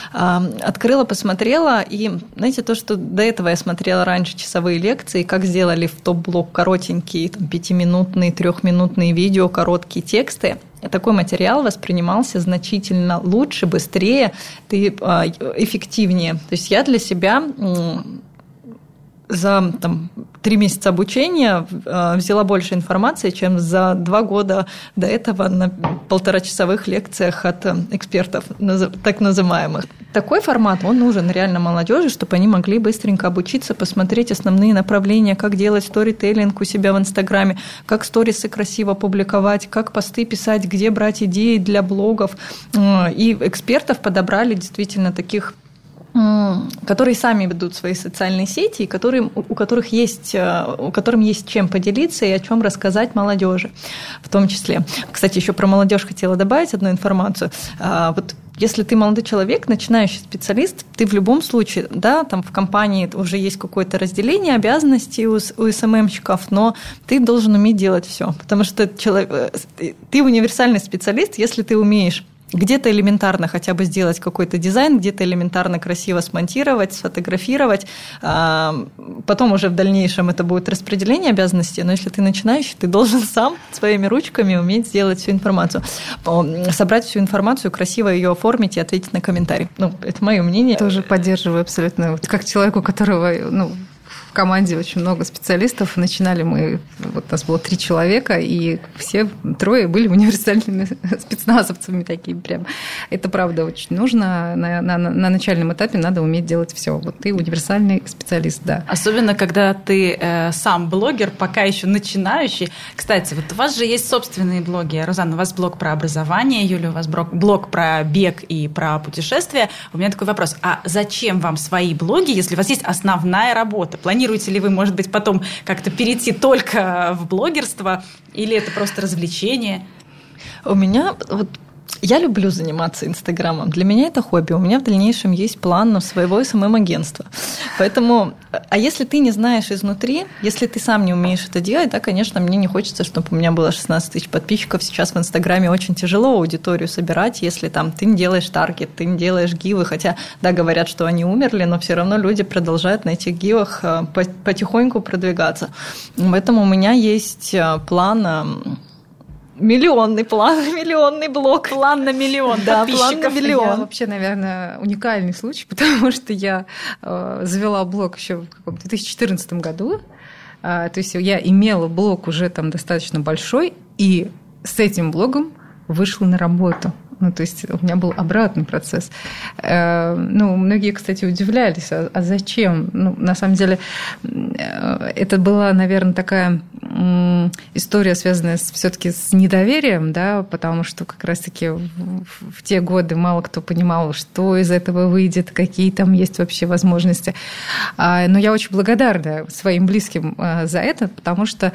Открыла, посмотрела, и знаете, то, что до этого я смотрела раньше часовые лекции, как сделали в Топ-блог коротенькие, там, пятиминутные, трехминутные видео, короткие тексты, такой материал воспринимался значительно лучше, быстрее, эффективнее. То есть я для себя за там, три месяца обучения взяла больше информации, чем за два года до этого на полуторачасовых лекциях от экспертов, так называемых. Такой формат, он нужен реально молодежи, чтобы они могли быстренько обучиться, посмотреть основные направления, как делать сторителлинг у себя в Инстаграме, как сторисы красиво публиковать, как посты писать, где брать идеи для блогов. И экспертов подобрали действительно таких, которые сами ведут свои социальные сети, и которые, у которых есть, у которым есть чем поделиться и о чем рассказать молодежи в том числе. Кстати, еще про молодежь хотела добавить одну информацию. Вот если ты молодой человек, начинающий специалист, ты в любом случае, да, там в компании уже есть какое-то разделение обязанностей у, у эс эм эм-щиков, но ты должен уметь делать все, потому что человек, ты универсальный специалист, если ты умеешь где-то элементарно хотя бы сделать какой-то дизайн, где-то элементарно красиво смонтировать, сфотографировать. Потом уже в дальнейшем это будет распределение обязанностей, но если ты начинающий, ты должен сам своими ручками уметь сделать всю информацию, собрать всю информацию, красиво ее оформить и ответить на комментарий. Ну, это мое мнение. Тоже поддерживаю абсолютно. Вот как человек, у которого, ну, в команде очень много специалистов. Начинали мы, вот у нас было три человека, и все трое были универсальными спецназовцами такими прям. Это правда очень нужно. На, на, на начальном этапе надо уметь делать все. Вот ты универсальный специалист, да. Особенно, когда ты э, сам блогер, пока еще начинающий. Кстати, вот у вас же есть собственные блоги. Розанна, у вас блог про образование, Юля, у вас блог про бег и про путешествия. У меня такой вопрос. А зачем вам свои блоги, если у вас есть основная работа? Планируете ли вы, может быть, потом как-то перейти только в блогерство, или это просто развлечение? У меня вот я люблю заниматься Инстаграмом. Для меня это хобби. У меня в дальнейшем есть план на своего эс эм эм-агентства. Поэтому, а если ты не знаешь изнутри, если ты сам не умеешь это делать, да, конечно, мне не хочется, чтобы у меня было шестнадцать тысяч подписчиков. Сейчас в Инстаграме очень тяжело аудиторию собирать, если там ты не делаешь таргет, ты не делаешь гивы, хотя, да, говорят, что они умерли, но все равно люди продолжают на этих гивах потихоньку продвигаться. Поэтому у меня есть план... Миллионный план, миллионный блог. План на миллион да, подписчиков. План на миллион. Я вообще, наверное, уникальный случай, потому что я э, завела блог еще в каком-то две тысячи четырнадцатом году. Э, то есть я имела блог уже там достаточно большой, и с этим блогом вышла на работу. Ну, то есть у меня был обратный процесс. Ну, многие, кстати, удивлялись, а, а зачем? Ну, на самом деле, это была, наверное, такая история, связанная все-таки с недоверием, да, потому что как раз-таки в, в те годы мало кто понимал, что из этого выйдет, какие там есть вообще возможности. Но я очень благодарна своим близким за это, потому что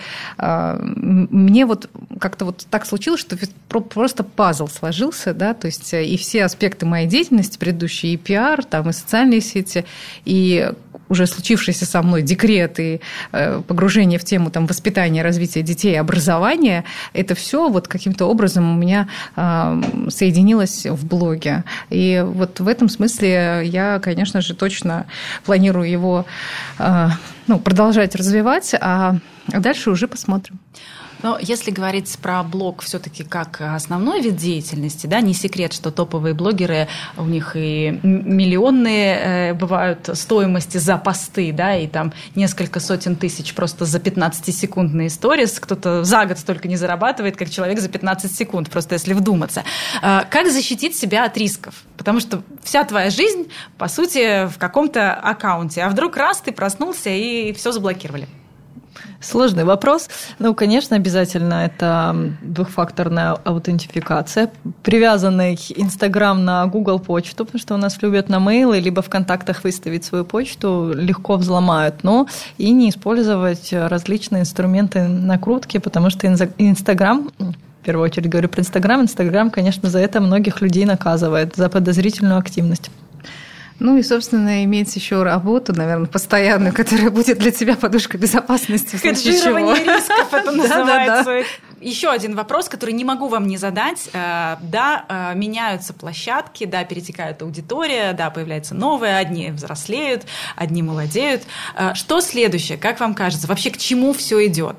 мне вот как-то вот так случилось, что просто пазл сложился, да, то есть и все аспекты моей деятельности предыдущие, и пиар, там, и социальные сети, и уже случившийся со мной декрет и погружение в тему там, воспитания, развития детей, образования, это все вот каким-то образом у меня соединилось в блоге. И вот в этом смысле я, конечно же, точно планирую его ну, продолжать развивать, а дальше уже посмотрим. Но если говорить про блог все-таки как основной вид деятельности, да, не секрет, что топовые блогеры, у них и миллионные бывают стоимости за посты, да, и там несколько сотен тысяч просто за пятнадцатисекундные сторис. Кто-то за год столько не зарабатывает, как человек за пятнадцать секунд, просто если вдуматься. Как защитить себя от рисков? Потому что вся твоя жизнь, по сути, в каком-то аккаунте, а вдруг раз ты проснулся и все заблокировали. Сложный вопрос. Ну, конечно, обязательно это двухфакторная аутентификация. Привязанный Инстаграм на Google почту, потому что у нас любят на мейлы, либо в контактах выставить свою почту, легко взломают. Но и не использовать различные инструменты накрутки, потому что Инстаграм... В первую очередь говорю про Инстаграм. Инстаграм, конечно, за это многих людей наказывает, за подозрительную активность. Ну и, собственно, иметь еще работу, наверное, постоянную, которая будет для тебя подушкой безопасности в случае чего. Хеджирование рисков это называется. Еще один вопрос, который не могу вам не задать. Да, меняются площадки, да, перетекает аудитория, да, появляются новые, одни взрослеют, одни молодеют. Что следующее, как вам кажется? Вообще к чему все идет?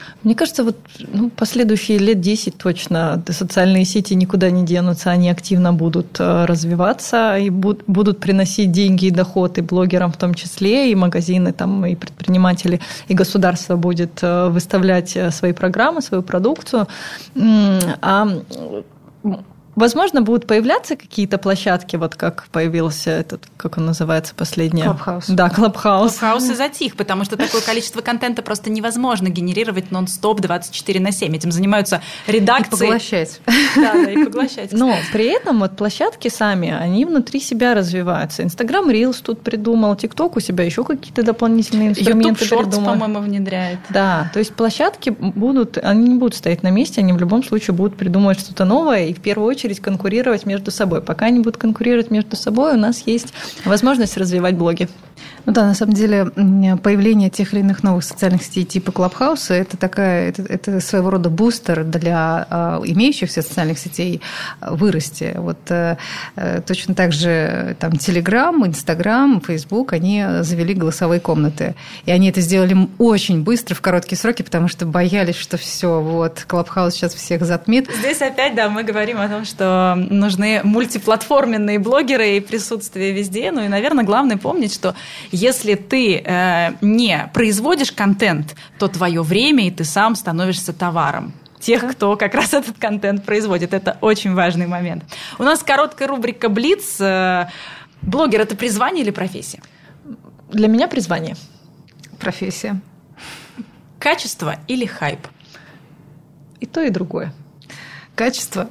Мне кажется, вот ну, последующие лет десять точно социальные сети никуда не денутся, они активно будут развиваться и будут приносить деньги и доход и блогерам в том числе, и магазины, там, и предприниматели, и государство будет выставлять свои программы, свою продукцию. А возможно, будут появляться какие-то площадки, вот как появился этот, как он называется, последний? Клабхаус. Да, Клабхаус. Клабхаус и затих, потому что такое количество контента просто невозможно генерировать нон-стоп двадцать четыре на семь. Этим занимаются редакции. И поглощать. Да, да, и поглощать. Но при этом вот площадки сами, они внутри себя развиваются. Инстаграм Reels тут придумал, ТикТок у себя еще какие-то дополнительные инструменты YouTube Shorts, придумал. по-моему, внедряет. Да, то есть площадки будут, они не будут стоять на месте, они в любом случае будут придумывать что-то новое и в первую очередь конкурировать между собой. Пока они будут конкурировать между собой, у нас есть возможность развивать блоги. Ну да, на самом деле появление тех или иных новых социальных сетей типа Клабхауса – это такая, это, это своего рода бустер для а, имеющихся социальных сетей вырасти. Вот а, точно так же там Телеграм, Инстаграм, Фейсбук, они завели голосовые комнаты. И они это сделали очень быстро, в короткие сроки, потому что боялись, что все, вот, Клабхаус сейчас всех затмит. Здесь опять, да, мы говорим о том, что нужны мультиплатформенные блогеры и присутствие везде. Ну и, наверное, главное помнить, что если ты э, не производишь контент, то твое время и ты сам становишься товаром тех, кто как раз этот контент производит. Это очень важный момент. У нас короткая рубрика «Блиц». Блогер – это призвание или профессия? Для меня призвание. Профессия. Качество или хайп? И то, и другое. Качество.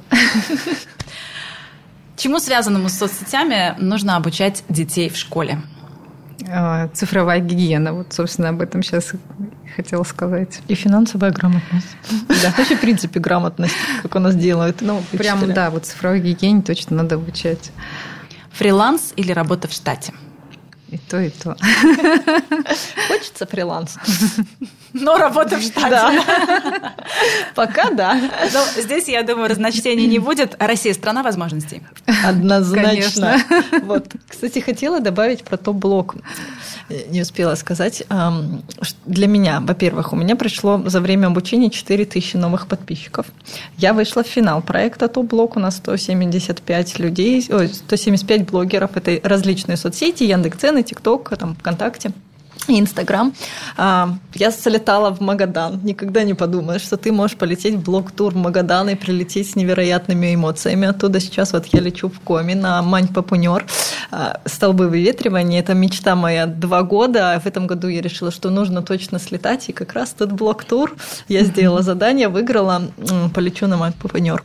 Чему, связанному с соцсетями, нужно обучать детей в школе? Цифровая гигиена. Вот, собственно, об этом сейчас хотела сказать. И финансовая грамотность. Да, вообще, в принципе, грамотность, как у нас делают. Ну, прям, да, вот цифровой гигиене точно надо обучать. Фриланс или работа в штате? И то, и то. Хочется фриланс. Но работа в штате. Да. Пока да. Но здесь, я думаю, разночтений не будет. Россия – страна возможностей. Однозначно. Вот. Кстати, хотела добавить про топ-блог. Не успела сказать. Для меня, во-первых, у меня пришло за время обучения четыре тысячи новых подписчиков. Я вышла в финал проекта топ-блог. У нас сто семьдесят пять людей, ой, сто семьдесят пять блогеров. Это различные соцсети, Яндекс.Цены, ТикТок, там, ВКонтакте. И Инстаграм. Я залетала в Магадан. Никогда не подумаешь, что ты можешь полететь в блог-тур в Магадан и прилететь с невероятными эмоциями. Оттуда сейчас вот я лечу в Коми на Мань-Папунёр. Столбы выветривания. Это мечта моя два года. В этом году я решила, что нужно точно слетать. И как раз тут блог-тур. Я сделала задание, выиграла. Полечу на Мань-Папунёр.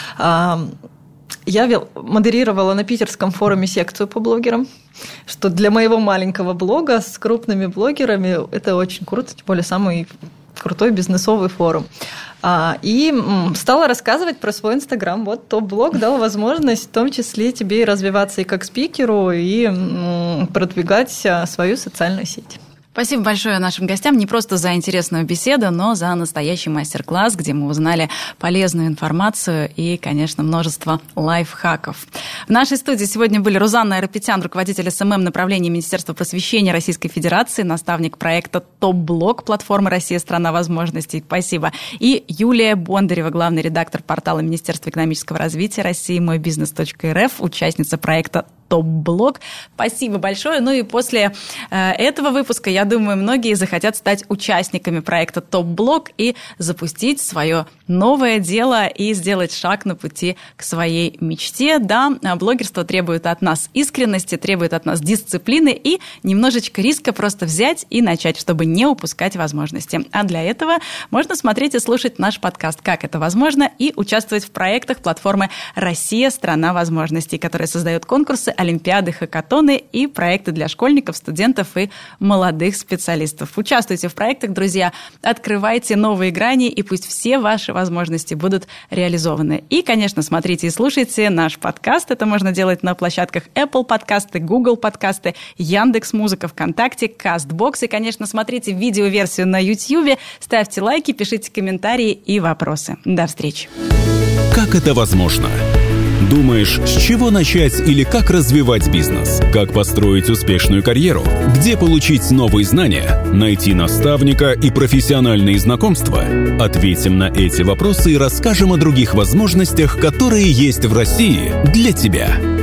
Я модерировала на питерском форуме секцию по блогерам, что для моего маленького блога с крупными блогерами это очень круто, тем более самый крутой бизнесовый форум. И стала рассказывать про свой Инстаграм. Вот топ-блог дал возможность в том числе тебе и развиваться и как спикеру, и продвигать свою социальную сеть. Спасибо большое нашим гостям не просто за интересную беседу, но за настоящий мастер-класс, где мы узнали полезную информацию и, конечно, множество лайфхаков. В нашей студии сегодня были Рузанна Айрапетян, руководитель эс эм эм направления Министерства просвещения Российской Федерации, наставник проекта «Топ-блог» платформы «Россия – страна возможностей». Спасибо. И Юлия Бондарева, главный редактор портала Министерства экономического развития России мой бизнес точка эр эф, участница проекта «Топ-блог». Спасибо большое. Ну и после э, этого выпуска, я думаю, многие захотят стать участниками проекта «Топ-блог» и запустить свое новое дело и сделать шаг на пути к своей мечте. Да, блогерство требует от нас искренности, требует от нас дисциплины и немножечко риска просто взять и начать, чтобы не упускать возможности. А для этого можно смотреть и слушать наш подкаст «Как это возможно» и участвовать в проектах платформы «Россия – страна возможностей», которая создает конкурсы, олимпиады, хакатоны и проекты для школьников, студентов и молодых специалистов. Участвуйте в проектах, друзья, открывайте новые грани, и пусть все ваши возможности будут реализованы. И, конечно, смотрите и слушайте наш подкаст. Это можно делать на площадках Apple подкасты, Google подкасты, Яндекс.Музыка, ВКонтакте, Кастбокс. И, конечно, смотрите видеоверсию на YouTube, ставьте лайки, пишите комментарии и вопросы. До встречи. Как это возможно? Думаешь, с чего начать или как развивать бизнес? Как построить успешную карьеру? Где получить новые знания? Найти наставника и профессиональные знакомства? Ответим на эти вопросы и расскажем о других возможностях, которые есть в России для тебя.